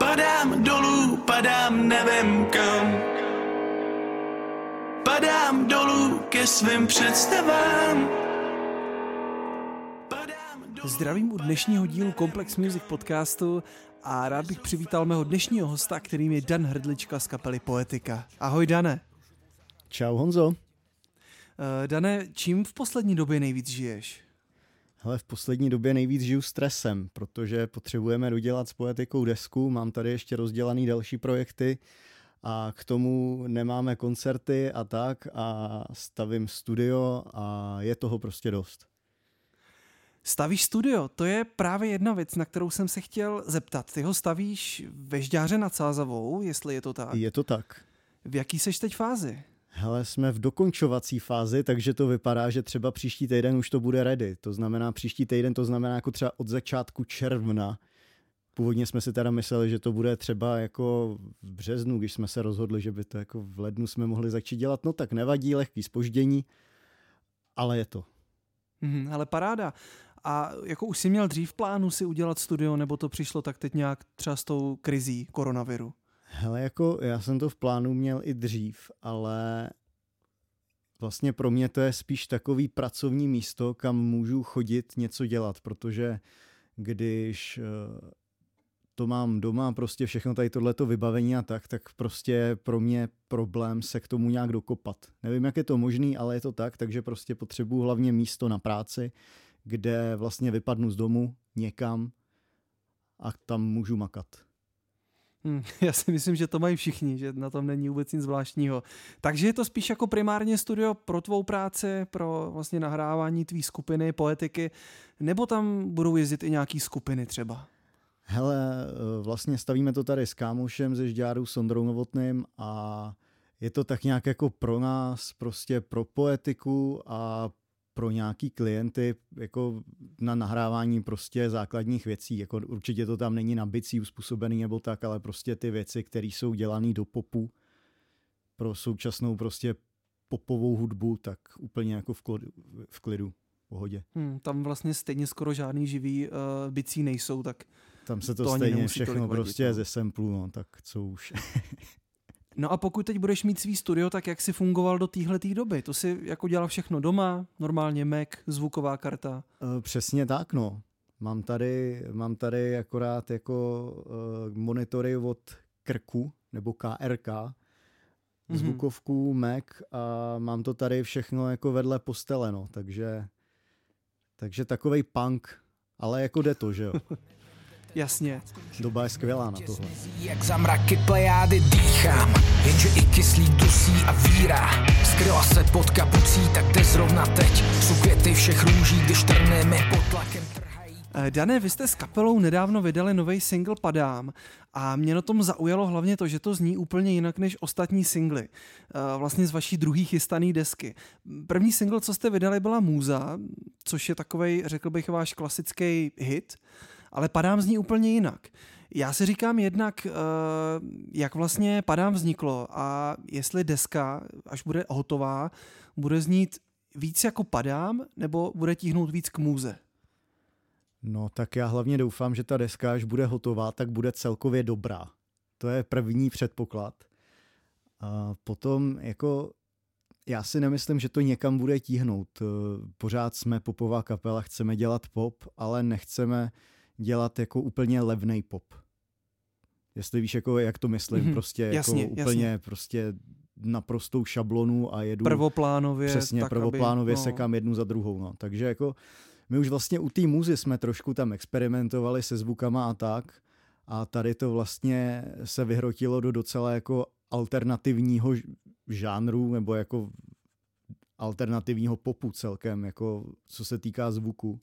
Padám dolů, padám nevím kam. Padám dolů ke svým představám. Zdravím u dnešního dílu Komplex Music podcastu a rád bych přivítal mého dnešního hosta, kterým je Dan Hrdlička z kapely Poetika. Ahoj, Dane. Čau, Honzo. Dane, čím v poslední době nejvíc žiješ? Hele, v poslední době nejvíc žiju stresem, protože potřebujeme dodělat s Poetikou desku, mám tady ještě rozdělaný další projekty a k tomu nemáme koncerty a tak a stavím studio a je toho prostě dost. Stavíš studio, to je právě jedna věc, na kterou jsem se chtěl zeptat. Ty ho stavíš ve Žďáře nad Sázavou, jestli je to tak? Je to tak. V jaký seš teď fázi? Hele, jsme v dokončovací fázi, takže to vypadá, že třeba příští týden už to bude ready. To znamená příští týden, to znamená jako třeba od začátku června. Původně jsme si teda mysleli, že to bude třeba jako v březnu, když jsme se rozhodli, že by to jako v lednu jsme mohli začít dělat. No tak nevadí, lehký zpoždění, ale je to. Ale paráda. A jako už jsi měl dřív v plánu si udělat studio, nebo to přišlo tak teď nějak třeba s tou krizí koronaviru? Hele, jako já jsem to v plánu měl i dřív, ale vlastně pro mě to je spíš takový pracovní místo, kam můžu chodit něco dělat, protože když to mám doma, prostě všechno tady tohleto vybavení a tak prostě je pro mě problém se k tomu nějak dokopat. Nevím, jak je to možný, ale je to tak, takže prostě potřebuji hlavně místo na práci, kde vlastně vypadnu z domu někam a tam můžu makat. Já si myslím, že to mají všichni, že na tom není vůbec nic zvláštního. Takže je to spíš jako primárně studio pro tvou práci, pro vlastně nahrávání tvý skupiny, Poetiky, nebo tam budou jezdit i nějaký skupiny třeba? Hele, vlastně stavíme to tady s kámošem ze Žďáru, s Ondrou Novotným a je to tak nějak jako pro nás, prostě pro Poetiku a pro nějaký klienty jako na nahrávání prostě základních věcí. Jako určitě to tam není na bicí uspůsobený nebo tak, ale prostě ty věci, které jsou dělané do popu pro současnou prostě popovou hudbu, tak úplně jako v klidu, v pohodě. Tam vlastně stejně skoro žádný živý bicí nejsou, tak tam se to stejně všechno prostě ze samplu, no, tak co už. No a pokud teď budeš mít svý studio, tak jak jsi fungoval do téhletý doby? To si jako dělal všechno doma, normálně Mac, zvuková karta? Přesně tak, no. Mám tady akorát jako monitory od Krku, nebo KRK, zvukovku, Mac a mám to tady všechno jako vedle postele, no. Takže takovej punk, ale jako jde to, že jo. Jasně. Doba je skvělá na tohle. Jak za mraky plejády dýchám, jenže i kyslík dusí a vírá. Skryla se pod kapucí, tak jde zrovna teď. Jsou květy všech růží, když trneme pod tlakem trhají. Dane, vy jste s kapelou nedávno vydali nový single Padám a mě na tom zaujalo hlavně to, že to zní úplně jinak než ostatní singly. Vlastně z vaší druhý chystaný desky. První single, co jste vydali, byla Můza, což je takovej, řekl bych, váš klasický hit. Ale Padám zní úplně jinak. Já si říkám jednak, jak vlastně Padám vzniklo a jestli deska, až bude hotová, bude znít víc jako Padám, nebo bude tíhnout víc k Můze? No tak já hlavně doufám, že ta deska, až bude hotová, tak bude celkově dobrá. To je první předpoklad. A potom jako já si nemyslím, že to někam bude tíhnout. Pořád jsme popová kapela, chceme dělat pop, ale nechceme dělat jako úplně levnej pop. Jestli víš, jako, jak to myslím, prostě jasně, jako úplně prostě naprostou šablonu a jedu prvoplánově. Přesně, tak, prvoplánově aby, sekám jednu za druhou. No. Takže jako my už vlastně u té Můzy jsme trošku tam experimentovali se zvukama a tak a tady to vlastně se vyhrotilo do docela jako alternativního žánru nebo jako alternativního popu celkem, jako co se týká zvuku.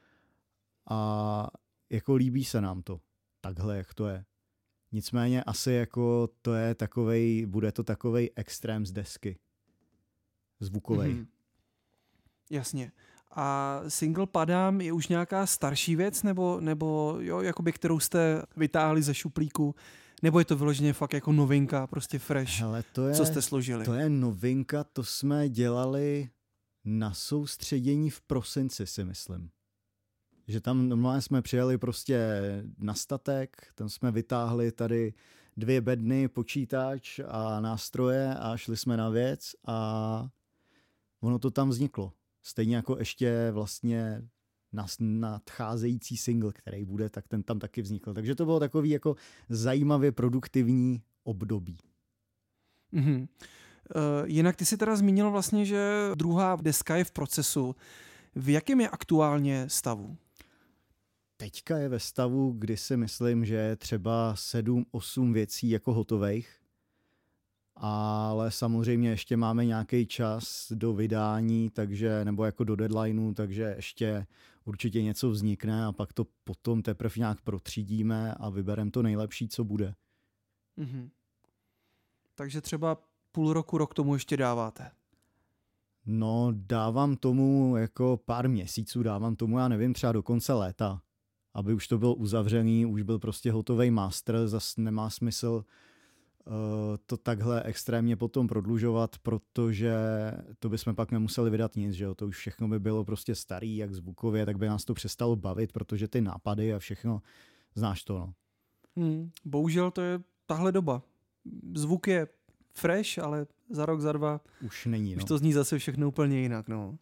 A jako líbí se nám to, takhle, jak to je. Nicméně asi jako to je takovej, bude to takovej extrém z desky. Zvukovej. Jasně. A single Padám je už nějaká starší věc, nebo jo, jakoby, kterou jste vytáhli ze šuplíku, nebo je to vyloženě fakt jako novinka, prostě fresh, hele, co jste složili? To je novinka, to jsme dělali na soustředění v prosinci, si myslím. Že tam normálně jsme přijeli prostě na statek, tam jsme vytáhli tady 2 bedny, počítač a nástroje a šli jsme na věc a ono to tam vzniklo. Stejně jako ještě vlastně nadcházející single, který bude, tak ten tam taky vznikl. Takže to bylo takový jako zajímavě produktivní období. Mm-hmm. Jinak ty si teda zmínil vlastně, že druhá deska je v procesu. V jakém je aktuálně stavu? Teďka je ve stavu, kdy si myslím, že je třeba 7-8 věcí jako hotovejch, ale samozřejmě ještě máme nějaký čas do vydání, takže, nebo jako do deadlineu, takže ještě určitě něco vznikne a pak to potom teprve nějak protřídíme a vybereme to nejlepší, co bude. Mm-hmm. Takže třeba půl roku, rok tomu ještě dáváte? No, dávám tomu jako pár měsíců, dávám tomu, já nevím, třeba do konce léta, aby už to bylo uzavřený, už byl prostě hotovej master, zas nemá smysl to takhle extrémně potom prodlužovat, protože to bychom pak nemuseli vydat nic, že jo, to už všechno by bylo prostě starý, jak zvukově, tak by nás to přestalo bavit, protože ty nápady a všechno, znáš to, no. Bohužel to je tahle doba. Zvuk je fresh, ale za rok, za 2 už není, no. Už to zní zase všechno úplně jinak, no.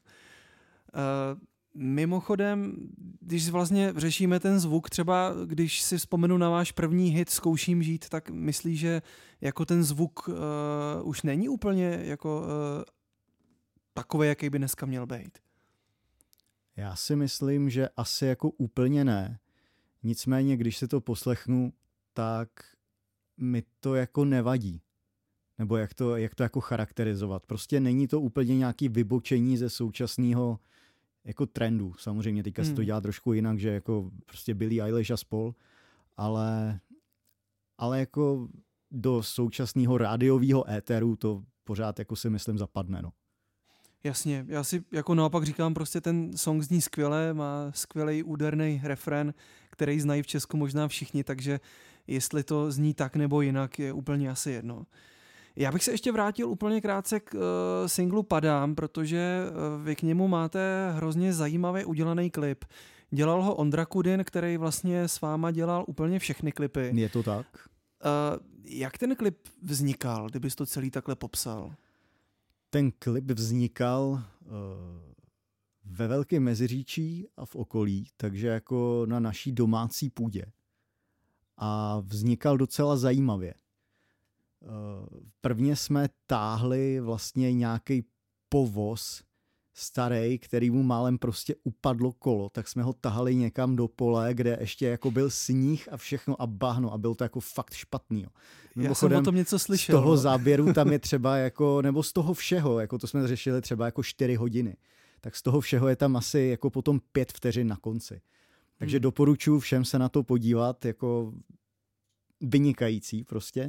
Mimochodem, když vlastně řešíme ten zvuk, třeba když si vzpomenu na váš první hit Zkouším žít, tak myslíš, že jako ten zvuk už není úplně jako takový, jaký by dneska měl být? Já si myslím, že asi jako úplně ne. Nicméně, když si to poslechnu, tak mi to jako nevadí. Nebo jak to jako charakterizovat. Prostě není to úplně nějaký vybočení ze současného jako trendu. Samozřejmě teďka se to dělá trošku jinak, že jako prostě Billie Eilish a spol, ale jako do současného rádiového éteru to pořád jako si myslím zapadne, no. Jasně, já si jako naopak říkám, prostě ten song zní skvěle, má skvělej úderný refrén, který znají v Česku možná všichni, takže jestli to zní tak nebo jinak, je úplně asi jedno. Já bych se ještě vrátil úplně krátce k singlu Padám, protože vy k němu máte hrozně zajímavě udělaný klip. Dělal ho Ondra Kudin, který vlastně s váma dělal úplně všechny klipy. Je to tak? Jak ten klip vznikal, kdybys to celý takhle popsal? Ten klip vznikal ve Velkém Meziříčí a v okolí, takže jako na naší domácí půdě. A vznikal docela zajímavě. Prvně jsme táhli vlastně nějaký povoz starý, který mu málem prostě upadlo kolo, tak jsme ho tahali někam do pole, kde ještě jako byl sníh a všechno a bahno a byl to jako fakt špatný. Já jsem o tom něco slyšel. Z toho záběru tam je třeba jako, nebo z toho všeho, jako to jsme řešili třeba jako 4 hodiny, tak z toho všeho je tam asi jako potom 5 vteřin na konci. Takže doporučuji všem se na to podívat, jako vynikající prostě.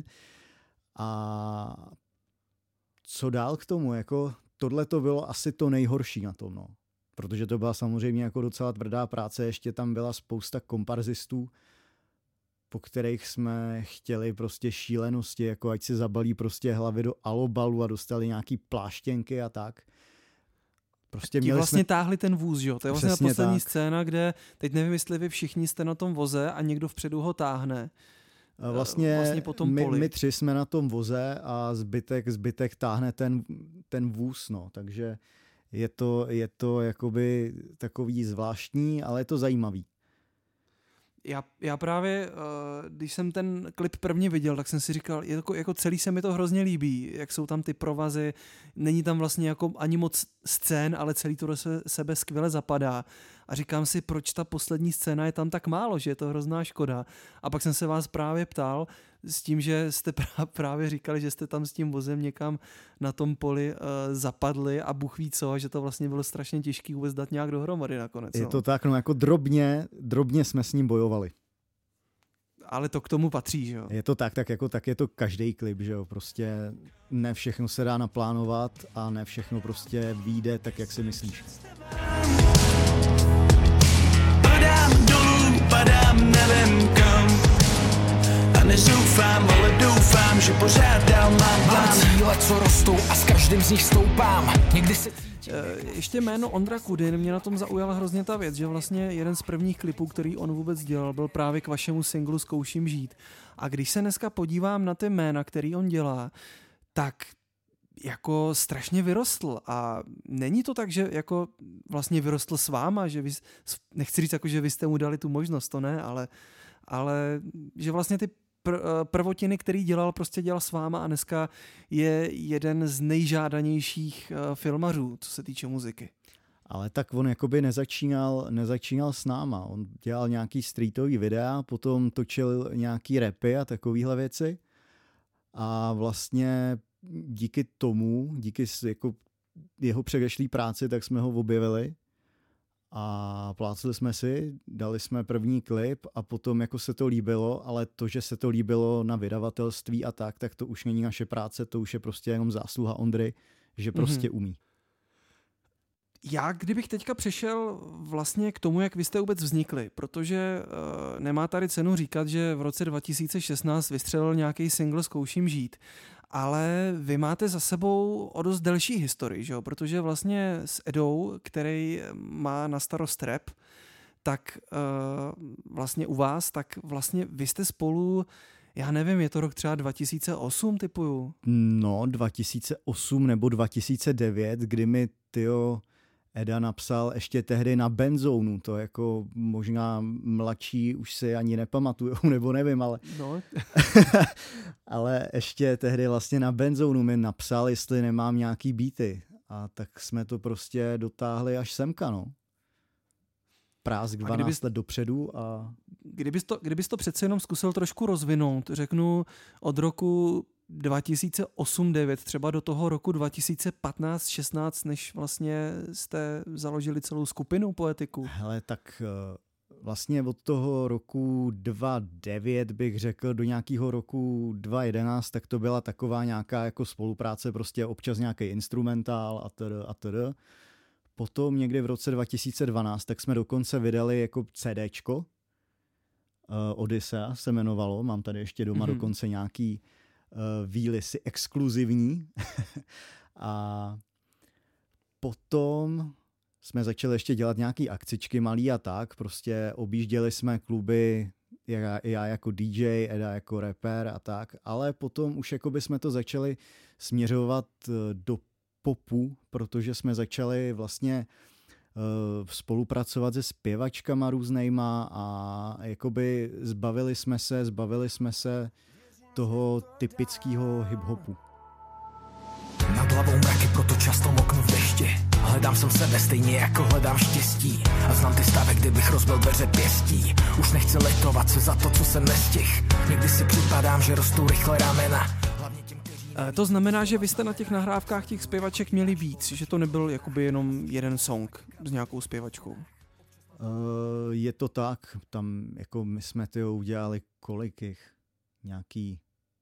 A co dál k tomu, jako tohle to bylo asi to nejhorší na tom, no. Protože to byla samozřejmě jako docela tvrdá práce, ještě tam byla spousta komparzistů, po kterých jsme chtěli prostě šílenosti, jako ať si zabalí prostě hlavy do alobalu a dostali nějaký pláštěnky a tak. Prostě ti vlastně táhli ten vůz, jo? To je vlastně Přesně ta poslední tak. scéna, kde teď nevím, jestli vy všichni jste na tom voze a někdo vpředu ho táhne. Vlastně po tom poli. My 3 jsme na tom voze a zbytek táhne ten vůz, no. Takže je to jakoby takový zvláštní, ale je to zajímavý. Já právě, když jsem ten klip prvně viděl, tak jsem si říkal, jako celý se mi to hrozně líbí, jak jsou tam ty provazy, není tam vlastně jako ani moc scén, ale celý to do sebe skvěle zapadá. A říkám si, proč ta poslední scéna je tam tak málo, že je to hrozná škoda. A pak jsem se vás právě ptal s tím, že jste právě říkali, že jste tam s tím vozem někam na tom poli zapadli a Bůh ví co, a že to vlastně bylo strašně těžký vůbec dát nějak dohromady nakonec. Je to tak, no jako drobně jsme s ním bojovali. Ale to k tomu patří, že jo? Je to tak je to každý klip, že jo, prostě ne všechno se dá naplánovat a ne všechno prostě vyjde tak, jak si myslíš. Padám dolů, padám nevím kam a nezoufám, ale doufám, že pořád dál mám plán. Mám cíle, co rostou a z každého každým z nich stoupám. Někdy se Ještě jméno Ondra Kudyn, mě na tom zaujala hrozně ta věc, že vlastně jeden z prvních klipů, který on vůbec dělal, byl právě k vašemu singlu Zkouším žít. A když se dneska podívám na ty jména, který on dělá, tak jako strašně vyrostl a není to tak, že jako vlastně vyrostl s váma, že vy, nechci říct jako, že vy jste mu dali tu možnost, to ne, ale že vlastně ty prvotiny, který dělal, prostě dělal s váma a dneska je jeden z nejžádanějších filmařů, co se týče muziky. Ale tak on jakoby nezačínal s náma. On dělal nějaký streetový videa, potom točil nějaký rapy a takovéhle věci. A vlastně díky jako jeho předešlý práci, tak jsme ho objevili a plácli jsme si, dali jsme první klip a potom jako se to líbilo, ale to, že se to líbilo na vydavatelství a tak to už není naše práce, to už je prostě jenom zásluha Ondry, že prostě umí. Já kdybych teďka přešel vlastně k tomu, jak vy jste vůbec vznikli, protože nemá tady cenu říkat, že v roce 2016 vystřelil nějaký single Zkouším žít, ale vy máte za sebou o dost delší historii, že jo? Protože vlastně s Edou, který má na starost rap, tak vlastně u vás, tak vlastně vy jste spolu, já nevím, je to rok třeba 2008 typuju? No, 2008 nebo 2009, kdy mi Eda napsal ještě tehdy na Benzónu, to jako možná mladší už si ani nepamatujou, nebo nevím, ale... No. Ale ještě tehdy vlastně na Benzónu mi napsal, jestli nemám nějaký beaty. A tak jsme to prostě dotáhli až semka, no. Prásk 12 let dopředu a... Kdybys to přece jenom zkusil trošku rozvinout, řeknu od roku 2008-2009, třeba do toho roku 2015-16, než vlastně jste založili celou skupinu Poetiku? Hele, tak vlastně od toho roku 2009 bych řekl do nějakého roku 2011, tak to byla taková nějaká jako spolupráce, prostě občas nějaký instrumentál a td. Potom někdy v roce 2012 tak jsme dokonce vydali jako CDčko, Odyssea se jmenovalo, mám tady ještě doma dokonce nějaký výlisy exkluzivní a potom jsme začali ještě dělat nějaký akcičky malý a tak, prostě objížděli jsme kluby, já jako DJ, Eda jako rapper a tak, ale potom už jakoby jsme to začali směřovat do popu, protože jsme začali vlastně spolupracovat se zpěvačkama různejma a jakoby zbavili jsme se toho typického hip-hopu. Nad hlavou mraky, proto často moknu v dešti. Hledám jsem sebe stejně jako hledám štěstí. A znám ty stavy, kdybych rozbil dveře pěstí. Už nechci litovat se za to, co jsem nestihl. Někdy si připadám, že rostou rychle ramena. To znamená, že vy jste na těch nahrávkách těch zpěvaček měli víc, že to nebyl jakoby jenom jeden song s nějakou zpěvačkou? Je to tak, tam jako my jsme udělali kolik jich? Nějaký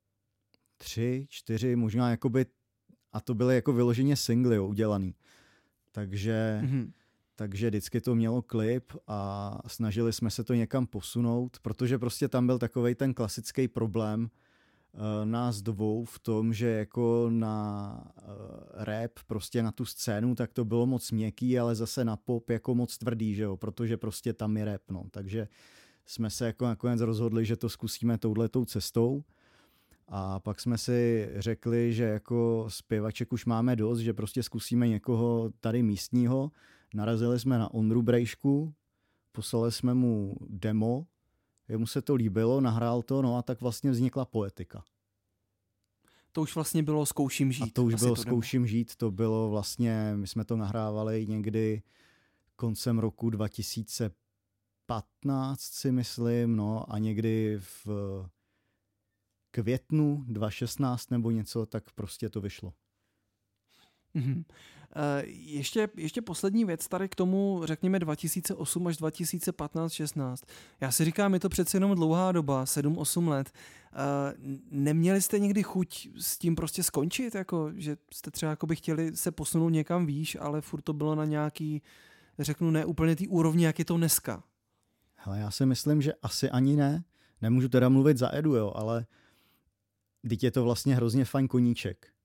3, 4, možná jakoby, a to byly jako vyloženě singly udělaný. Takže vždycky to mělo klip a snažili jsme se to někam posunout, protože prostě tam byl takovej ten klasický problém nás dvou v tom, že jako na rap, prostě na tu scénu, tak to bylo moc měkký, ale zase na pop jako moc tvrdý, že jo, protože prostě tam je rap, no. Takže jsme se jako nakonec rozhodli, že to zkusíme touhletou cestou a pak jsme si řekli, že jako zpěvaček už máme dost, že prostě zkusíme někoho tady místního. Narazili jsme na Ondru Brejšku, poslali jsme mu demo, jemu se to líbilo, nahrál to, no a tak vlastně vznikla Poetika. To už vlastně bylo Zkouším žít. A to už bylo Zkouším žít, to bylo vlastně, my jsme to nahrávali někdy koncem roku 2015 si myslím, no a někdy v květnu 2016 nebo něco, tak prostě to vyšlo. Ještě poslední věc tady k tomu, řekněme 2008 až 2015-16. Já si říkám, je to přece jenom dlouhá doba, 7-8 let. Neměli jste někdy chuť s tím prostě skončit? Jako, že jste třeba jakoby chtěli se posunout někam výš, ale furt to bylo na nějaký, řeknu, ne úplně té úrovni, jak je to dneska? Hele, já si myslím, že asi ani ne. Nemůžu teda mluvit za Edu, jo, ale teď je to vlastně hrozně fajn koníček.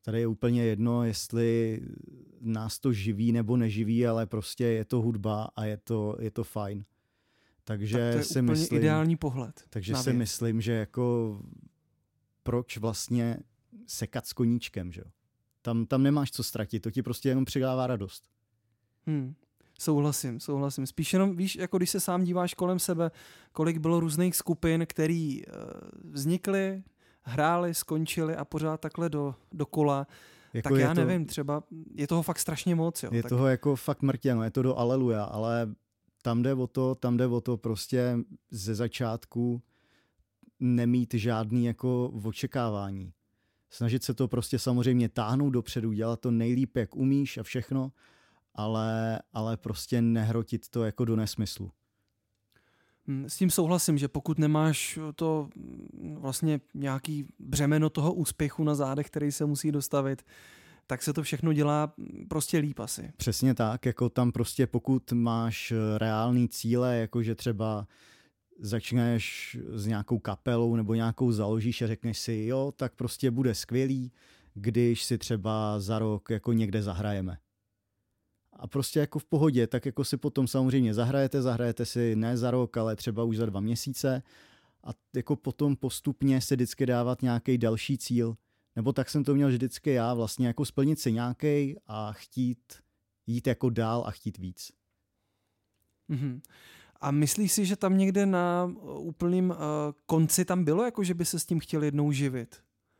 Tady je úplně jedno, jestli nás to živí nebo neživí, ale prostě je to hudba a je to fajn. Takže tak to je si úplně myslím, ideální pohled. takže si myslím, že jako proč vlastně sekat s koníčkem, že jo? Tam nemáš co ztratit, to ti prostě jenom přidává radost. Souhlasím. Spíš jenom, víš, jako když se sám díváš kolem sebe, kolik bylo různých skupin, který vznikly, hráli, skončili a pořád takhle do kola, jako tak já nevím, třeba je toho fakt strašně moc. Jo, je tak... toho jako fakt mrtěno, je to do aleluja, ale tam jde o to prostě ze začátku nemít žádný jako očekávání. Snažit se to prostě samozřejmě táhnout dopředu, dělat to nejlíp, jak umíš a všechno, ale prostě nehrotit to jako do nesmyslu. S tím souhlasím, že pokud nemáš to vlastně nějaký břemeno toho úspěchu na zádech, který se musí dostavit, tak se to všechno dělá prostě líp asi. Přesně tak, jako tam prostě pokud máš reální cíle, jakože třeba začneš s nějakou kapelou nebo nějakou založíš a řekneš si, jo, tak prostě bude skvělý, když si třeba za rok jako někde zahrajeme. A prostě jako v pohodě, tak jako si potom samozřejmě zahrajete si ne za rok, ale třeba už za 2 měsíce a jako potom postupně se vždycky dávat nějaký další cíl. Nebo tak jsem to měl vždycky já, vlastně jako splnit si nějaký a chtít jít jako dál a chtít víc. Mm-hmm. A myslíš si, že tam někde na úplným konci tam bylo, jako že by se s tím chtěl jednou živit?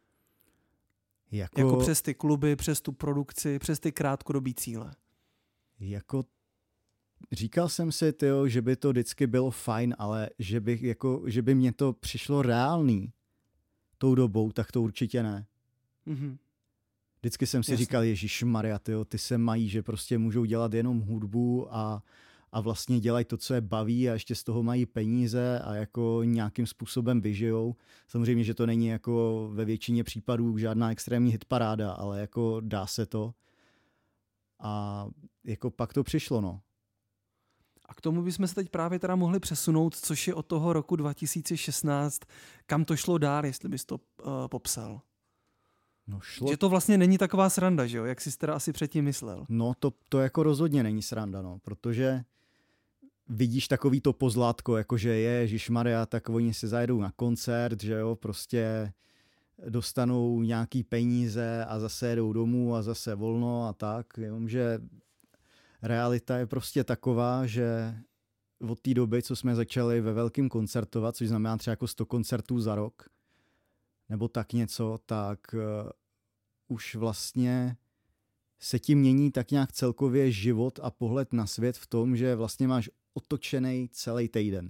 Jako přes ty kluby, přes tu produkci, přes ty krátkodobý cíle? Jako říkal jsem si, tyjo, že by to vždycky bylo fajn, ale že by mě to přišlo reálný tou dobou, tak to určitě ne. Mm-hmm. Vždycky jsem si říkal, ježišmarja, tyjo, ty se mají, že prostě můžou dělat jenom hudbu a vlastně dělají to, co je baví a ještě z toho mají peníze a jako nějakým způsobem vyžijou. Samozřejmě, že to není jako ve většině případů žádná extrémní hitparáda, ale jako dá se to. A jako pak to přišlo, no. A k tomu bychom se teď právě teda mohli přesunout, což je od toho roku 2016, kam to šlo dál, jestli bys to popsal. No šlo... Že to vlastně není taková sranda, že jo? Jak jsi teda asi předtím myslel. No to jako rozhodně není sranda, no, protože vidíš takový to pozlátko, jakože ježišmarja, tak oni si zajedou na koncert, že jo, prostě dostanou nějaký peníze a zase jedou domů a zase volno a tak, jenomže realita je prostě taková, že od té doby, co jsme začali ve velkým koncertovat, což znamená třeba jako 100 koncertů za rok, nebo tak něco, tak už vlastně se ti mění tak nějak celkově život a pohled na svět v tom, že vlastně máš otočený celý týden.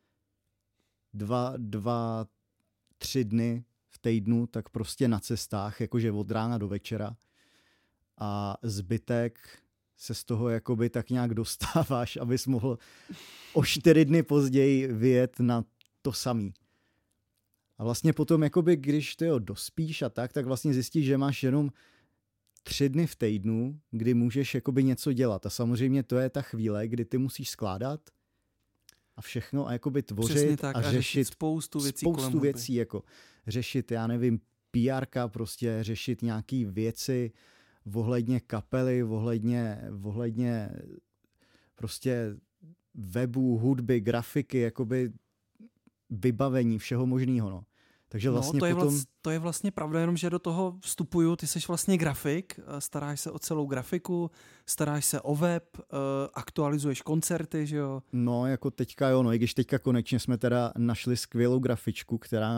2-3 dny v týdnu, tak prostě na cestách, jakože od rána do večera a zbytek se z toho jakoby tak nějak dostáváš, abys mohl o 4 dny později vyjet na to samý. A vlastně potom, jakoby, když ty dospíš a tak vlastně zjistíš, že máš jenom 3 dny v týdnu, kdy můžeš jakoby něco dělat. A samozřejmě to je ta chvíle, kdy ty musíš skládat a všechno a jakoby tvořit tak, a řešit spoustu věcí jako řešit, já nevím, PR-ka, prostě řešit nějaký věci ohledně kapely, ohledně prostě webu, hudby, grafiky, jakoby vybavení, všeho možného, no. Takže vlastně to je vlastně pravda, jenom že do toho vstupuju, ty jsi vlastně grafik, staráš se o celou grafiku, staráš se o web, aktualizuješ koncerty, že jo? No, jako teďka jo, no, i když teďka konečně jsme teda našli skvělou grafičku, která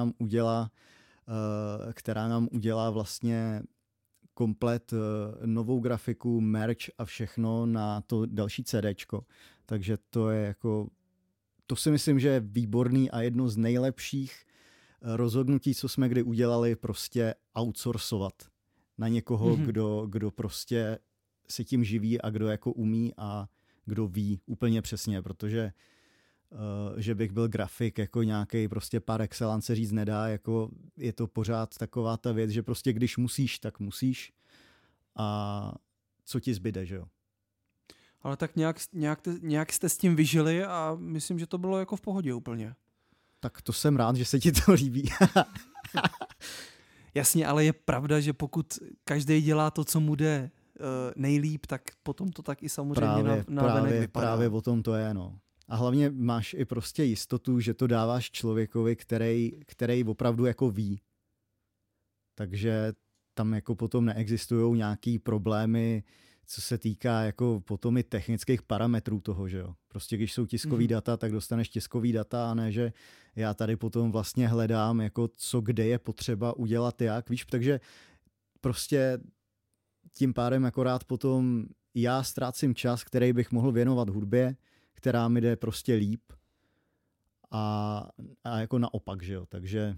nám udělá vlastně komplet novou grafiku, merch a všechno na to další CDčko. Takže to je jako, to si myslím, že je výborný a jedno z nejlepších rozhodnutí, co jsme kdy udělali, prostě outsourcovat na někoho, kdo prostě se tím živí a kdo jako umí a kdo ví úplně přesně, protože že bych byl grafik jako nějaký prostě par excellence říct nedá, jako je to pořád taková ta věc, že prostě když musíš, tak musíš a co ti zbyde, že jo? Ale tak nějak jste s tím vyžili a myslím, že to bylo jako v pohodě úplně. Tak to jsem rád, že se ti to líbí. Jasně, ale je pravda, že pokud každý dělá to, co mu jde nejlíp, tak potom to tak i samozřejmě navenek vypadá. Právě o tom to je, no. A hlavně máš i prostě jistotu, že to dáváš člověkovi, který opravdu jako ví. Takže tam jako potom neexistují nějaký problémy, co se týká jako potom i technických parametrů toho, že jo. Prostě když jsou tiskový data, tak dostaneš tiskový data a ne, že já tady potom vlastně hledám jako co kde je potřeba udělat jak, víš, takže prostě tím pádem akorát potom já ztrácím čas, který bych mohl věnovat hudbě, která mi jde prostě líp a jako naopak, že jo, takže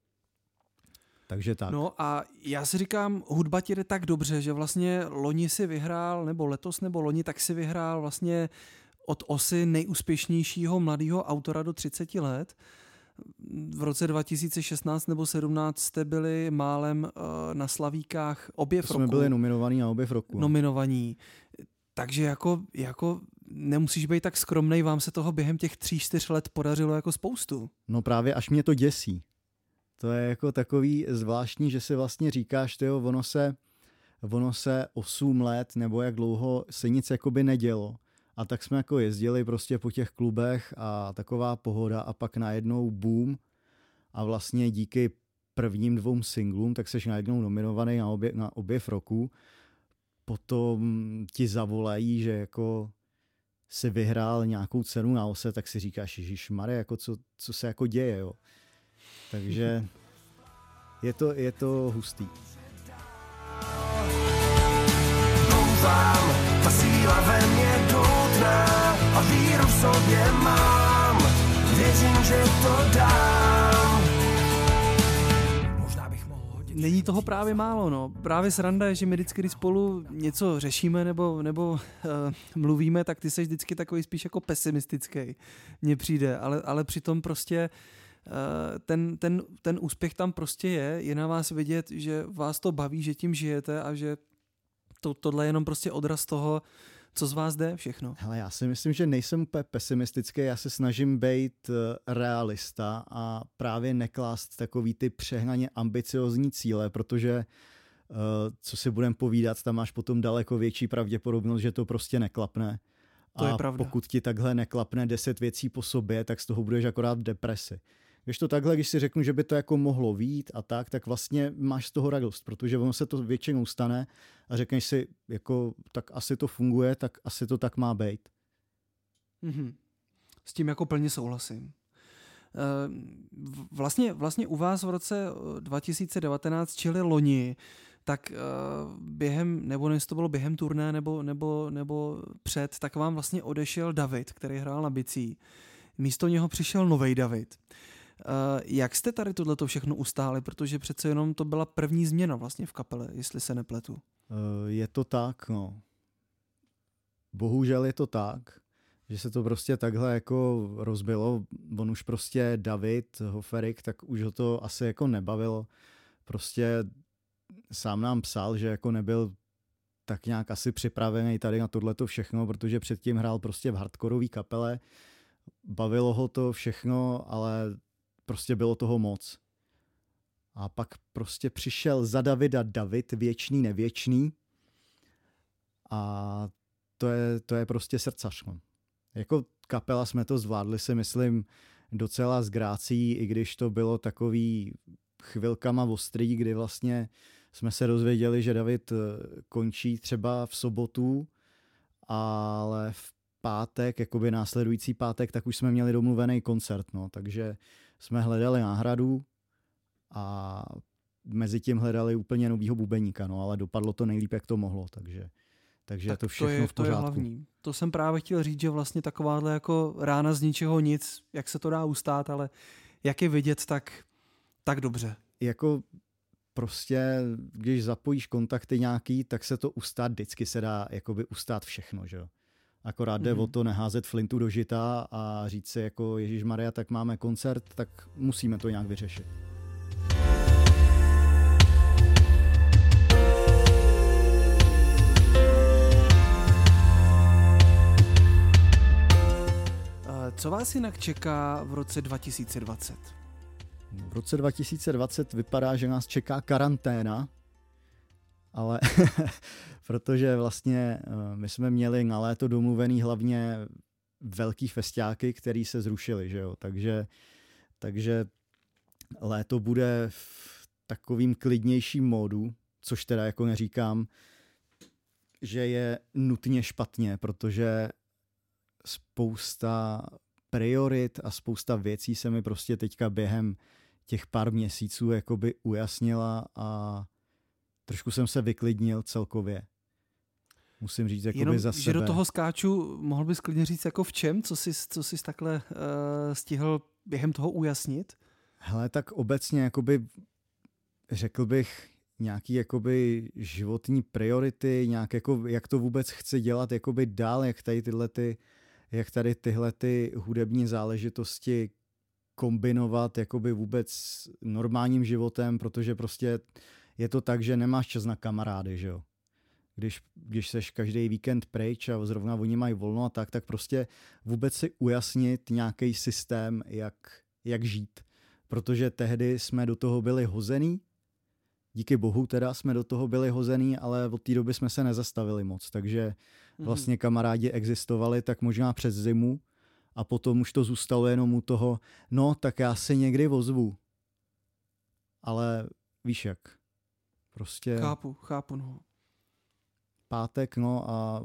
tak. No a já si říkám, hudba ti jde tak dobře, že vlastně loni si vyhrál, nebo letos nebo loni, tak si vyhrál vlastně od OSY nejúspěšnějšího mladého autora do 30 let. V roce 2016 nebo 17 jste byli málem na Slavíkách objev roku. Jsme byli nominovaní na objev roku. Nominovaní. Takže jako nemusíš být tak skromnej, vám se toho během těch 3-4 let podařilo jako spoustu. No právě až mě to děsí. To je jako takový zvláštní, že si vlastně říkáš, tyjo, ono se 8 let nebo jak dlouho se nic jakoby nedělo. A tak jsme jako jezdili prostě po těch klubech a taková pohoda a pak najednou boom a vlastně díky prvním 2 singlům tak seš najednou nominovaný na objev roku. Potom ti zavolají, že jako si vyhrál nějakou cenu na OSE, tak si říkáš, ježišmarja, jako co se jako děje, jo. Takže je to hustý. Doufám, ta síla ve mně doutná a víru v sobě mám. Věřím, že to dám. Možná bych mohl hodit. Není toho právě málo, no. Právě sranda je, že my vždycky, když spolu něco řešíme nebo mluvíme, tak ty seš vždycky takový spíš jako pesimistický. Mně přijde, ale přitom prostě ten úspěch tam prostě je na vás vidět, že vás to baví, že tím žijete a že tohle je jenom prostě odraz toho, co z vás jde všechno. Hele, já si myslím, že nejsem úplně pesimistický, já se snažím být realista a právě neklást takový ty přehnaně ambiciozní cíle, protože co si budem povídat, tam máš potom daleko větší pravděpodobnost, že to prostě neklapne. To je pravda. Pokud ti takhle neklapne 10 věcí po sobě, tak z toho budeš akorát v depresi. Když si řeknu, že by to jako mohlo vyjít a tak vlastně máš z toho radost, protože ono se to většinou stane a řekneš si, jako, tak asi to funguje, tak asi to tak má být. Mm-hmm. S tím jako plně souhlasím. Vlastně u vás v roce 2019, čili loni, tak během, nebo jestli to bylo během turné nebo před, tak vám vlastně odešel David, který hrál na bicí. Místo něho přišel novej David. Jak jste tady tohleto všechno ustáli, protože přece jenom to byla první změna vlastně v kapele, jestli se nepletu. Je to tak, no. Bohužel je to tak, že se to prostě takhle jako rozbilo. On už prostě David Hoferik, tak už ho to asi jako nebavilo. Prostě sám nám psal, že jako nebyl tak nějak asi připravený tady na tohleto všechno, protože předtím hrál prostě v hardkorový kapele. Bavilo ho to všechno, ale prostě bylo toho moc. A pak prostě přišel za Davida David, věčný, nevěčný. A to je prostě srdcař. Jako kapela jsme to zvládli, si myslím, docela s grácí, i když to bylo takový chvilkama ostrý, kdy vlastně jsme se dozvěděli, že David končí třeba v sobotu, ale v pátek, jakoby následující pátek, tak už jsme měli domluvený koncert, no, takže jsme hledali náhradu a mezi tím hledali úplně novýho bubeníka, no, ale dopadlo to nejlíp, jak to mohlo, takže tak to všechno v pořádku. To je hlavní. To jsem právě chtěl říct, že vlastně takováhle jako rána z ničeho nic, jak se to dá ustát, ale jak je vidět, tak dobře. Jako prostě, když zapojíš kontakty nějaký, tak se to ustát, vždycky se dá jakoby ustát všechno, že jo. Akorát jde o to neházet flintu do žita a říct si jako Ježišmarja, tak máme koncert, tak musíme to nějak vyřešit. Co vás jinak čeká v roce 2020? V roce 2020 vypadá, že nás čeká karanténa, ale protože vlastně my jsme měli na léto domluvený hlavně velký festiáky, který se zrušily, že jo, takže léto bude v takovým klidnějším módu, což teda jako neříkám, že je nutně špatně, protože spousta priorit a spousta věcí se mi prostě teďka během těch pár měsíců jakoby ujasnila a trošku jsem se vyklidnil celkově. Musím říct jakoby jenom, za sebe. že do toho skáču, mohl bys klidně říct jako v čem, co jsi takhle stihl během toho ujasnit? Hele, tak obecně jakoby řekl bych nějaký jakoby životní priority, nějak jako, jak to vůbec chci dělat jakoby dál, jak tady tyhle hudební záležitosti kombinovat jakoby vůbec s normálním životem, protože prostě je to tak, že nemáš čas na kamarády, že jo. Když seš každý víkend pryč a zrovna oni mají volno a tak prostě vůbec si ujasnit nějaký systém, jak žít. Protože tehdy jsme do toho byli hozený, díky bohu teda jsme do toho byli hozený, ale od té doby jsme se nezastavili moc, takže vlastně kamarádi existovali tak možná přes zimu a potom už to zůstalo jenom u toho, no tak já se někdy ozvu. Ale víš jak, prostě... Chápu, no. Pátek, no a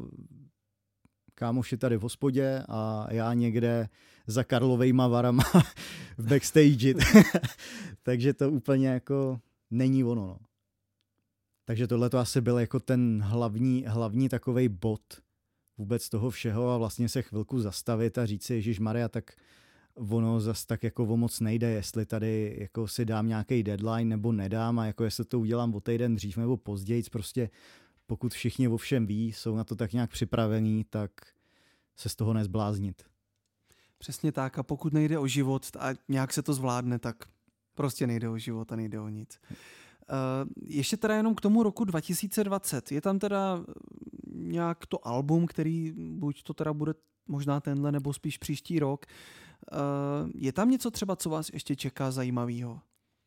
kámoš je tady v hospodě a já někde za Karlovejma varama v backstage. Takže to úplně jako není ono, no. Takže tohle to asi byl jako ten hlavní takovej bod vůbec toho všeho a vlastně se chvilku zastavit a říct si, ježišmarja, tak ono zas tak jako o moc nejde, jestli tady jako si dám nějaký deadline nebo nedám a jako jestli to udělám o týden dřív nebo později, prostě pokud všichni o všem ví, jsou na to tak nějak připravení, tak se z toho nezbláznit. Přesně tak a pokud nejde o život a nějak se to zvládne, tak prostě nejde o život a nejde o nic. Ještě teda jenom k tomu roku 2020. Je tam teda nějak to album, který buď to teda bude možná tenhle, nebo spíš příští rok. Je tam něco třeba, co vás ještě čeká zajímavého?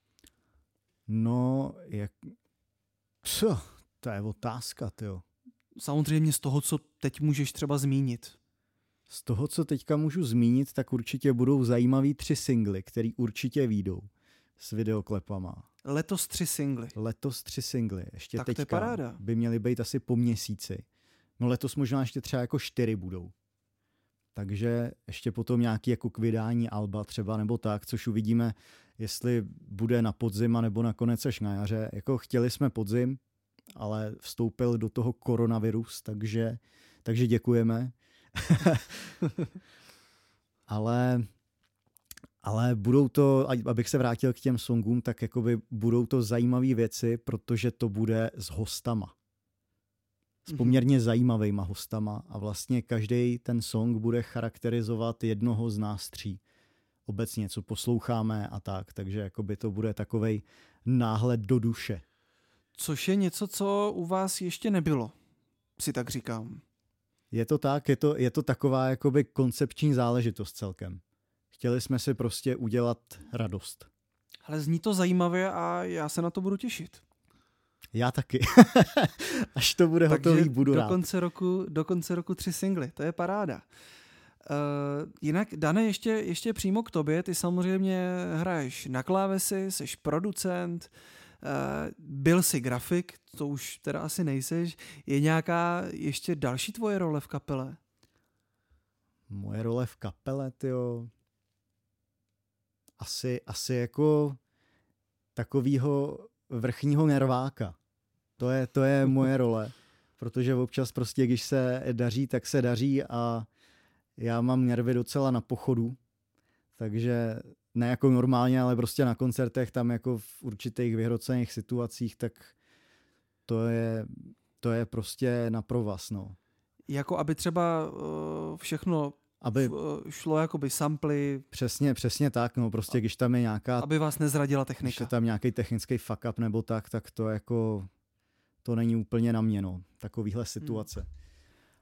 No, co? To je otázka, tyjo. Samozřejmě z toho, co teď můžeš třeba zmínit. Z toho, co teďka můžu zmínit, tak určitě budou zajímavý 3 singly, který určitě vyjdou s videoklepama. Letos 3 singly. Ještě tak teďka to je paráda. By měly být asi po měsíci. No letos možná ještě třeba jako 4 budou. Takže ještě potom nějaký jako k vydání alba třeba nebo tak, což uvidíme, jestli bude na podzim a nebo nakonec až na jaře. Jako chtěli jsme podzim, ale vstoupil do toho koronavirus, takže děkujeme. ale budou to, abych se vrátil k těm songům, tak jakoby budou to zajímavé věci, protože to bude s hostama. S poměrně zajímavýma hostama a vlastně každý ten song bude charakterizovat jednoho z nás 3. Obecně, co posloucháme a tak, takže jakoby to bude takovej náhled do duše. Což je něco, co u vás ještě nebylo, si tak říkám. Je to tak, je to taková jakoby koncepční záležitost celkem. Chtěli jsme si prostě udělat radost. Ale zní to zajímavě a já se na to budu těšit. Já taky. Až to bude hotový, budu rád. Do konce roku 3 singly, to je paráda. Jinak, Dane, ještě přímo k tobě, ty samozřejmě hraješ na klávesi, jsi producent, byl jsi grafik, to už teda asi nejseš. Je nějaká ještě další tvoje role v kapele? Moje role v kapele, tyjo. Asi jako takovýho vrchního nerváka. To je moje role. Protože občas prostě, když se daří, tak se daří a já mám nervy docela na pochodu. Takže ne jako normálně, ale prostě na koncertech tam jako v určitých vyhrocených situacích, tak to je prostě na provaz, no. Jako aby třeba všechno šlo jakoby samply. Přesně tak, no prostě když tam je nějaká... Aby vás nezradila technika. Když je tam nějaký technický fuck up nebo tak to jako... To není úplně na mě, no, takovýhle situace.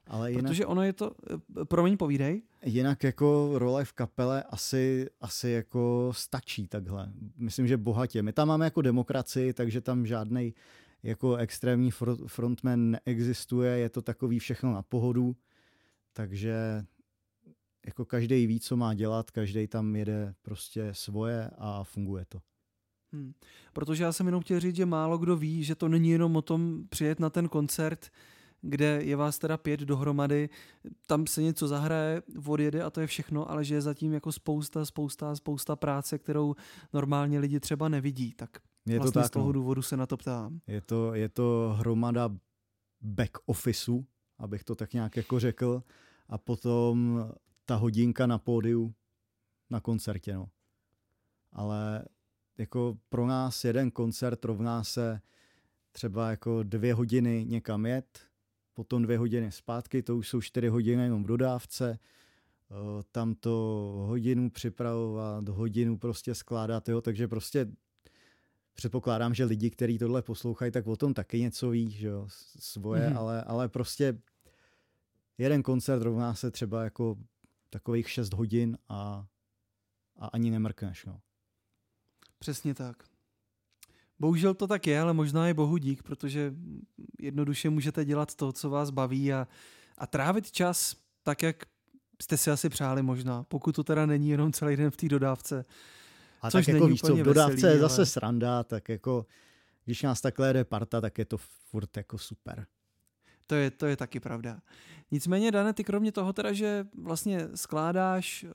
Ale jinak, protože ono je to, promiň, povídej. Jinak jako role v kapele asi jako stačí takhle. Myslím, že bohatě. My tam máme jako demokracii, takže tam žádnej jako extrémní frontman neexistuje, je to takový všechno na pohodu, takže jako každej ví, co má dělat, každej tam jede prostě svoje a funguje to. Protože já jsem jenom chtěl říct, že málo kdo ví, že to není jenom o tom přijet na ten koncert, kde je vás teda 5 dohromady, tam se něco zahraje, odjede a to je všechno, ale že je zatím jako spousta práce, kterou normálně lidi třeba nevidí, tak je vlastně to tak, z toho důvodu se na to ptám. Je to hromada back officeu, abych to tak nějak jako řekl, a potom ta hodinka na pódiu na koncertě, no. Ale jako pro nás jeden koncert rovná se třeba jako 2 hodiny někam jet, potom 2 hodiny zpátky, to už jsou 4 hodiny jenom v dodávce, tam to hodinu připravovat, hodinu prostě skládat, jo, takže prostě předpokládám, že lidi, kteří tohle poslouchají, tak o tom taky něco ví, že jo, svoje, ale prostě jeden koncert rovná se třeba jako takových 6 hodin a ani nemrkneš, no. Přesně tak. Bohužel to tak je, ale možná je bohu dík, protože jednoduše můžete dělat to, co vás baví a trávit čas tak, jak jste si asi přáli možná, pokud to teda není jenom celý den v té dodávce. A tak jako víš co, v dodávce je zase sranda, tak jako když nás takhle jede parta, tak je to furt jako super. To je taky pravda. Nicméně, Dane, ty kromě toho teda, že vlastně skládáš,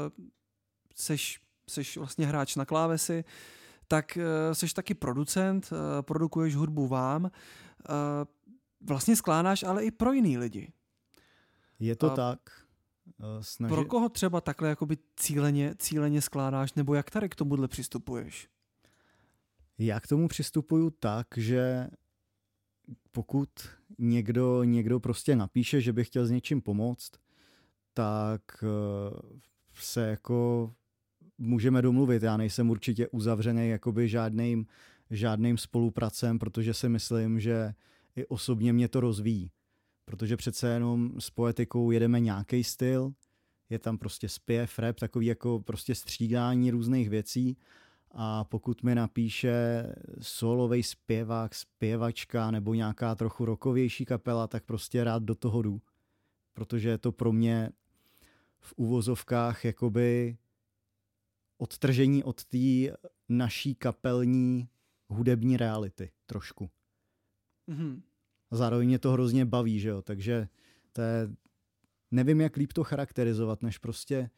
seš vlastně hráč na klávesi, tak seš taky producent, produkuješ hudbu vám, vlastně skládáš ale i pro jiný lidi. Je to tak. Pro koho třeba takhle jakoby cíleně skládáš, nebo jak tady k tomuhle přistupuješ? Já k tomu přistupuju tak, že pokud někdo prostě napíše, že by chtěl s něčím pomoct, tak se jako můžeme domluvit. Já nejsem určitě uzavřený jakoby žádným spolupracem, protože si myslím, že i osobně mě to rozvíjí. Protože přece jenom s poetikou jedeme nějaký styl, je tam prostě zpěv, rap, takový jako prostě střídání různých věcí, a pokud mi napíše solovej zpěvák, zpěvačka nebo nějaká trochu rockovější kapela, tak prostě rád do toho jdu. Protože je to pro mě v uvozovkách jakoby odtržení od té naší kapelní hudební reality trošku. Mm-hmm. Zároveň mě to hrozně baví, že jo, takže to je, nevím, jak líp to charakterizovat, než prostě,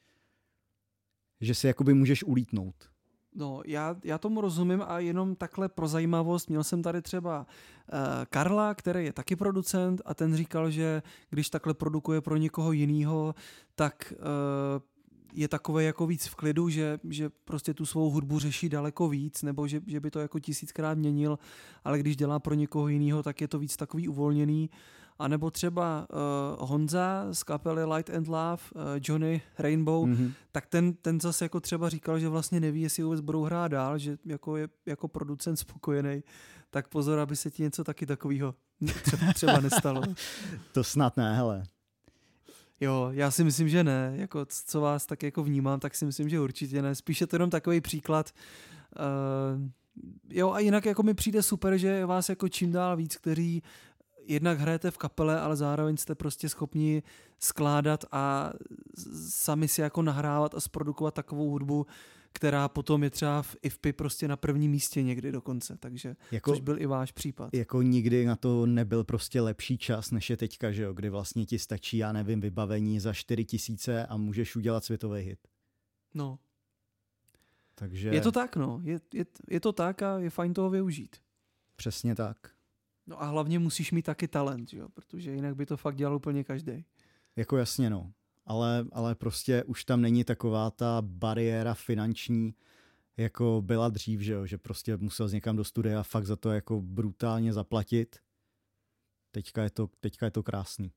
že si jakoby můžeš ulítnout. No, já tomu rozumím a jenom takhle pro zajímavost, měl jsem tady třeba Karla, který je taky producent, a ten říkal, že když takhle produkuje pro někoho jinýho, tak je takové jako víc v klidu, že prostě tu svou hudbu řeší daleko víc, nebo že by to jako 1000krát měnil, ale když dělá pro někoho jinýho, tak je to víc takový uvolněný. A nebo třeba Honza z kapely Light and Love, Johnny Rainbow, tak ten zase jako třeba říkal, že vlastně neví, jestli vůbec budou hrát dál, že jako je jako producent spokojený. Tak pozor, aby se ti něco taky takového třeba nestalo. To snad ne, hele. Jo, já si myslím, že ne. Jako, co vás tak jako vnímám, tak si myslím, že určitě ne. Spíše to jenom takový příklad. Jo, a jinak jako mi přijde super, že vás jako čím dál víc, kteří jednak hrajete v kapele, ale zároveň jste prostě schopni skládat a sami si jako nahrávat a zprodukovat takovou hudbu, která potom je třeba v IFPI prostě na prvním místě někdy dokonce, takže jako, což byl i váš případ. Jako nikdy na to nebyl prostě lepší čas, než je teďka, že jo, kdy vlastně ti stačí, já nevím, vybavení za 4000 a můžeš udělat světový hit. No. Takže... Je to tak, no. Je to tak a je fajn toho využít. Přesně tak. No a hlavně musíš mít taky talent, jo, protože jinak by to fakt dělal úplně každý. Jako jasně, no. Ale prostě už tam není taková ta bariéra finanční, jako byla dřív, že prostě musel z někam do studia fakt za to jako brutálně zaplatit. Teďka je to krásný.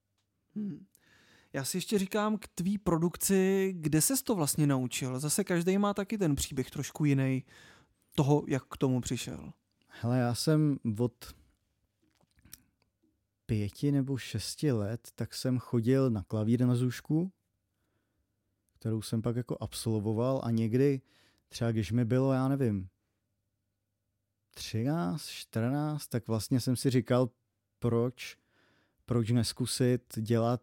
Já si ještě říkám k tvý produkci, kde ses to vlastně naučil? Zase každý má taky ten příběh trošku jiný toho, jak k tomu přišel. Hele, já jsem 5 nebo 6 let, tak jsem chodil na klavír na Zůžku, kterou jsem pak jako absolvoval a někdy, třeba když mi bylo, já nevím, 13, 14, tak vlastně jsem si říkal, proč neskusit dělat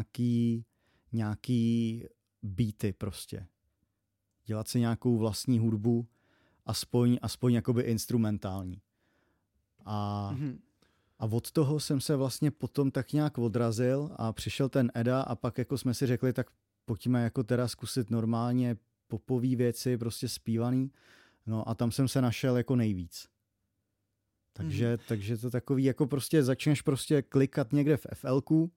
nějaký beaty prostě. Dělat si nějakou vlastní hudbu, aspoň jakoby instrumentální. A od toho jsem se vlastně potom tak nějak odrazil a přišel ten Eda a pak jako jsme si řekli, tak pojďme jako teda zkusit normálně popový věci, prostě zpívaný. No a tam jsem se našel jako nejvíc. Takže to takový, jako prostě začneš prostě klikat někde v FLku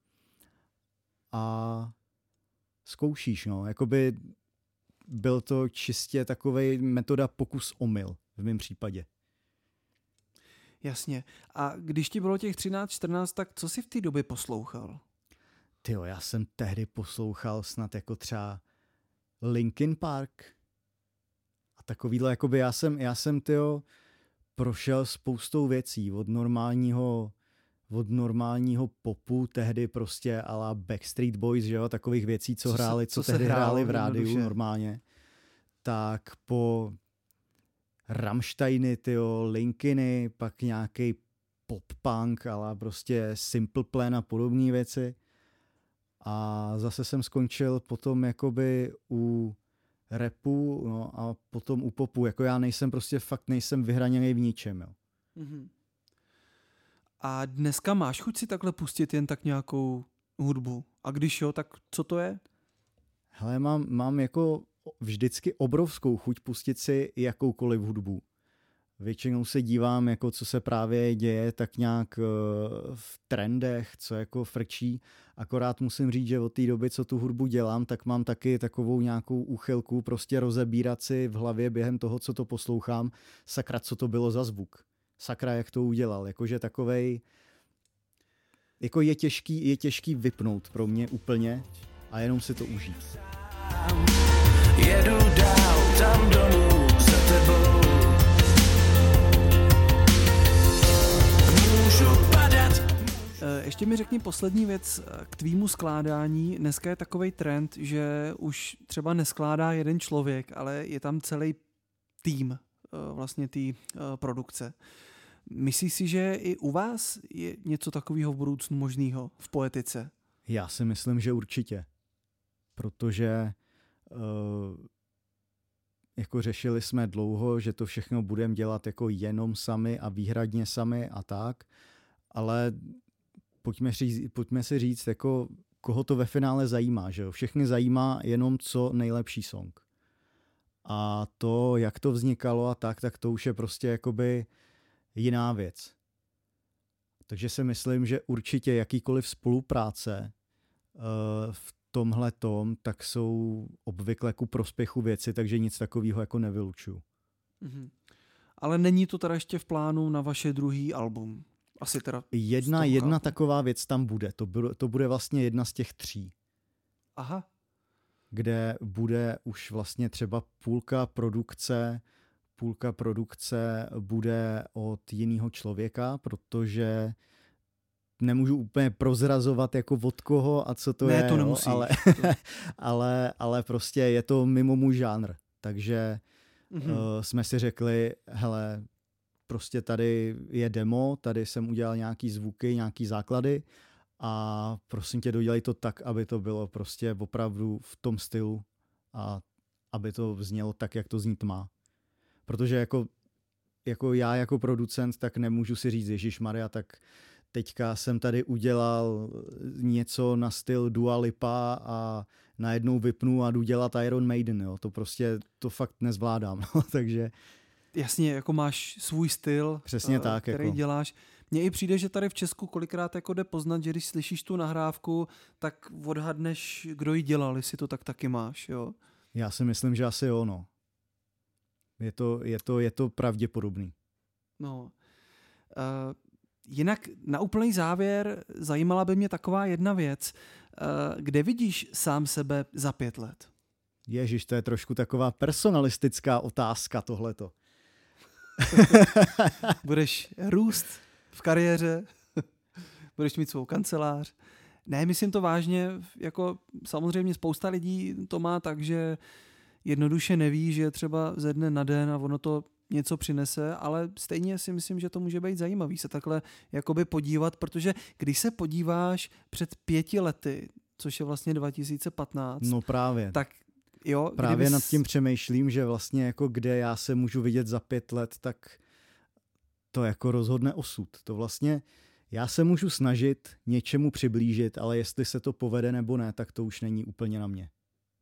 a zkoušíš, no. Jakoby byl to čistě takovej metoda pokus-omyl v mém případě. Jasně. A když ti bylo těch 13-14, tak co jsi v té době poslouchal? Tyjo, já jsem tehdy poslouchal snad jako třeba Linkin Park a takovýhle, jakoby já jsem tyjo, prošel spoustou věcí od normálního popu, tehdy prostě a la Backstreet Boys, že jo, takových věcí, co tehdy hráli v rádiu normálně, tak po Rammsteiny, tyjo, Linkiny, pak nějaký pop-punk, ale prostě Simple Plan a podobné věci. A zase jsem skončil potom jakoby u rapu, no a potom u popu. Jako já fakt nejsem vyhraněný v ničem, jo. Mm-hmm. A dneska máš chuť si takhle pustit jen tak nějakou hudbu? A když jo, tak co to je? Hele, mám jako vždycky obrovskou chuť pustit si jakoukoliv hudbu. Většinou se dívám, jako co se právě děje tak nějak v trendech, co jako frčí. Akorát musím říct, že od té doby, co tu hudbu dělám, tak mám taky takovou nějakou úchylku prostě rozebírat si v hlavě během toho, co to poslouchám, sakra, co to bylo za zvuk. Sakra, jak to udělal. Jakože takovej, jako je těžký vypnout pro mě úplně a jenom si to užít. Jedu dál, tam domů za tebou. Můžu padat. Ještě mi řekni poslední věc k tvýmu skládání. Dneska je takovej trend, že už třeba neskládá jeden člověk, ale je tam celý tým vlastně té produkce. Myslíš si, že i u vás je něco takového v budoucnu možného v poetice? Já si myslím, že určitě. Protože jako řešili jsme dlouho, že to všechno budeme dělat jako jenom sami a výhradně sami a tak, ale pojďme si říct, jako koho to ve finále zajímá, že jo? Všechny zajímá jenom co nejlepší song. A to, jak to vznikalo a tak to už je prostě jakoby jiná věc. Takže si myslím, že určitě jakýkoliv spolupráce v tomhletom, tak jsou obvykle ku prospěchu věci, takže nic takového jako nevylučuju. Mhm. Ale není to teda ještě v plánu na vaše druhý album? Asi teda jedna taková věc tam bude. To bude vlastně jedna z těch 3. Aha. Kde bude už vlastně třeba půlka produkce bude od jiného člověka, protože nemůžu úplně prozrazovat jako od koho a co to je. Ne, to nemusíš. Ale prostě je to mimo můj žánr. Takže jsme si řekli, hele, prostě tady je demo, tady jsem udělal nějaký zvuky, nějaký základy a prosím tě, dodělej to tak, aby to bylo prostě opravdu v tom stylu a aby to znělo tak, jak to znít má. Protože jako já jako producent, tak nemůžu si říct, ježišmarja, tak teďka jsem tady udělal něco na styl Dua Lipa a najednou vypnu a jdu dělat Iron Maiden, jo. To fakt nezvládám, no. Takže jasně, jako máš svůj styl, přesně tak, který jako děláš. Mně i přijde, že tady v Česku kolikrát jako jde poznat, že když slyšíš tu nahrávku, tak odhadneš, kdo ji dělal, jestli to tak taky máš, jo. Já si myslím, že asi jo, no. Je to pravděpodobný. No. Jinak na úplný závěr zajímala by mě taková jedna věc. Kde vidíš sám sebe za 5 let? Ježiš, to je trošku taková personalistická otázka tohleto. Budeš růst v kariéře? budeš mít svou kancelář. Ne, myslím to vážně, jako samozřejmě spousta lidí to má tak, že jednoduše neví, že třeba ze dne na den a ono to něco přinese, ale stejně si myslím, že to může být zajímavý se takhle jakoby podívat, protože když se podíváš před 5 lety, což je vlastně 2015. No právě. Tak jo. Právě nad tím přemýšlím, že vlastně jako kde já se můžu vidět za 5 let, tak to jako rozhodne osud. To vlastně já se můžu snažit něčemu přiblížit, ale jestli se to povede nebo ne, tak to už není úplně na mě.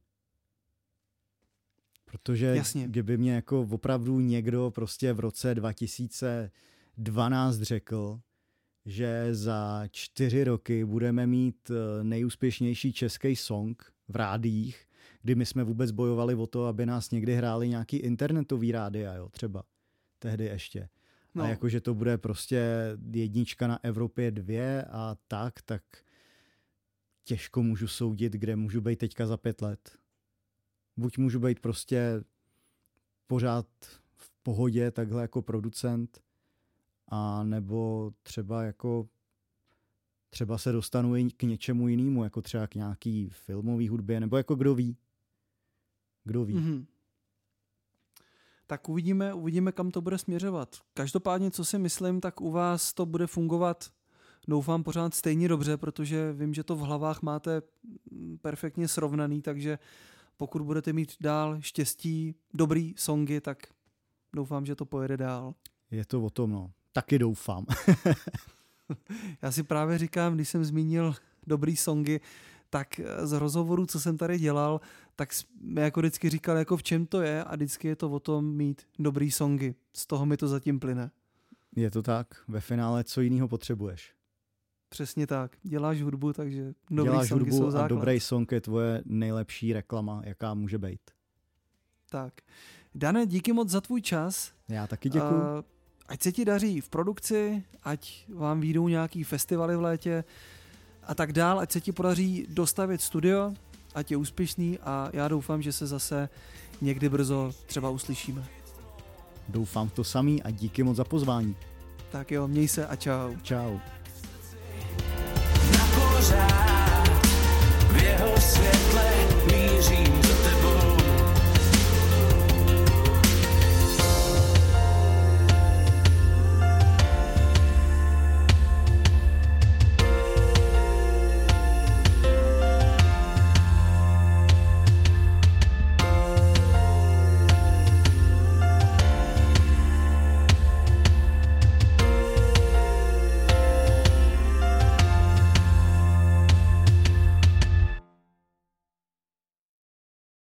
Protože Jasně. kdyby mě jako opravdu někdo prostě v roce 2012 řekl, že za 4 roky budeme mít nejúspěšnější český song v rádiích, kdy my jsme vůbec bojovali o to, aby nás někdy hráli nějaký internetový rádia, jo, třeba tehdy ještě. No. A jakože to bude prostě 1 na Evropě 2 a tak těžko můžu soudit, kde můžu být teďka za 5 let. Buď můžu být prostě pořád v pohodě takhle jako producent, a nebo třeba se dostanu i k něčemu jinému, jako třeba k nějaký filmový hudbě, nebo jako kdo ví. Mm-hmm. Tak uvidíme, kam to bude směřovat. Každopádně, co si myslím, tak u vás to bude fungovat, doufám, pořád stejně dobře, protože vím, že to v hlavách máte perfektně srovnaný, takže pokud budete mít dál štěstí, dobrý songy, tak doufám, že to pojede dál. Je to o tom, no. Taky doufám. Já si právě říkám, když jsem zmínil dobrý songy, tak z rozhovoru, co jsem tady dělal, tak jsme jako vždycky říkal, jako v čem to je a vždycky je to o tom mít dobrý songy. Z toho mi to zatím plyne. Je to tak. Ve finále co jiného potřebuješ? Přesně tak. Děláš hudbu, takže dobrý songy jsou základ. A dobrý song je tvoje nejlepší reklama, jaká může být. Tak. Dane, díky moc za tvůj čas. Já taky děkuju. Ať se ti daří v produkci, ať vám vyjdou nějaký festivaly v létě a tak dál, ať se ti podaří dostavit studio, ať je úspěšný a já doufám, že se zase někdy brzo třeba uslyšíme. Doufám to samý a díky moc za pozvání. Tak jo, měj se a čau. Čau. Na pořád v jeho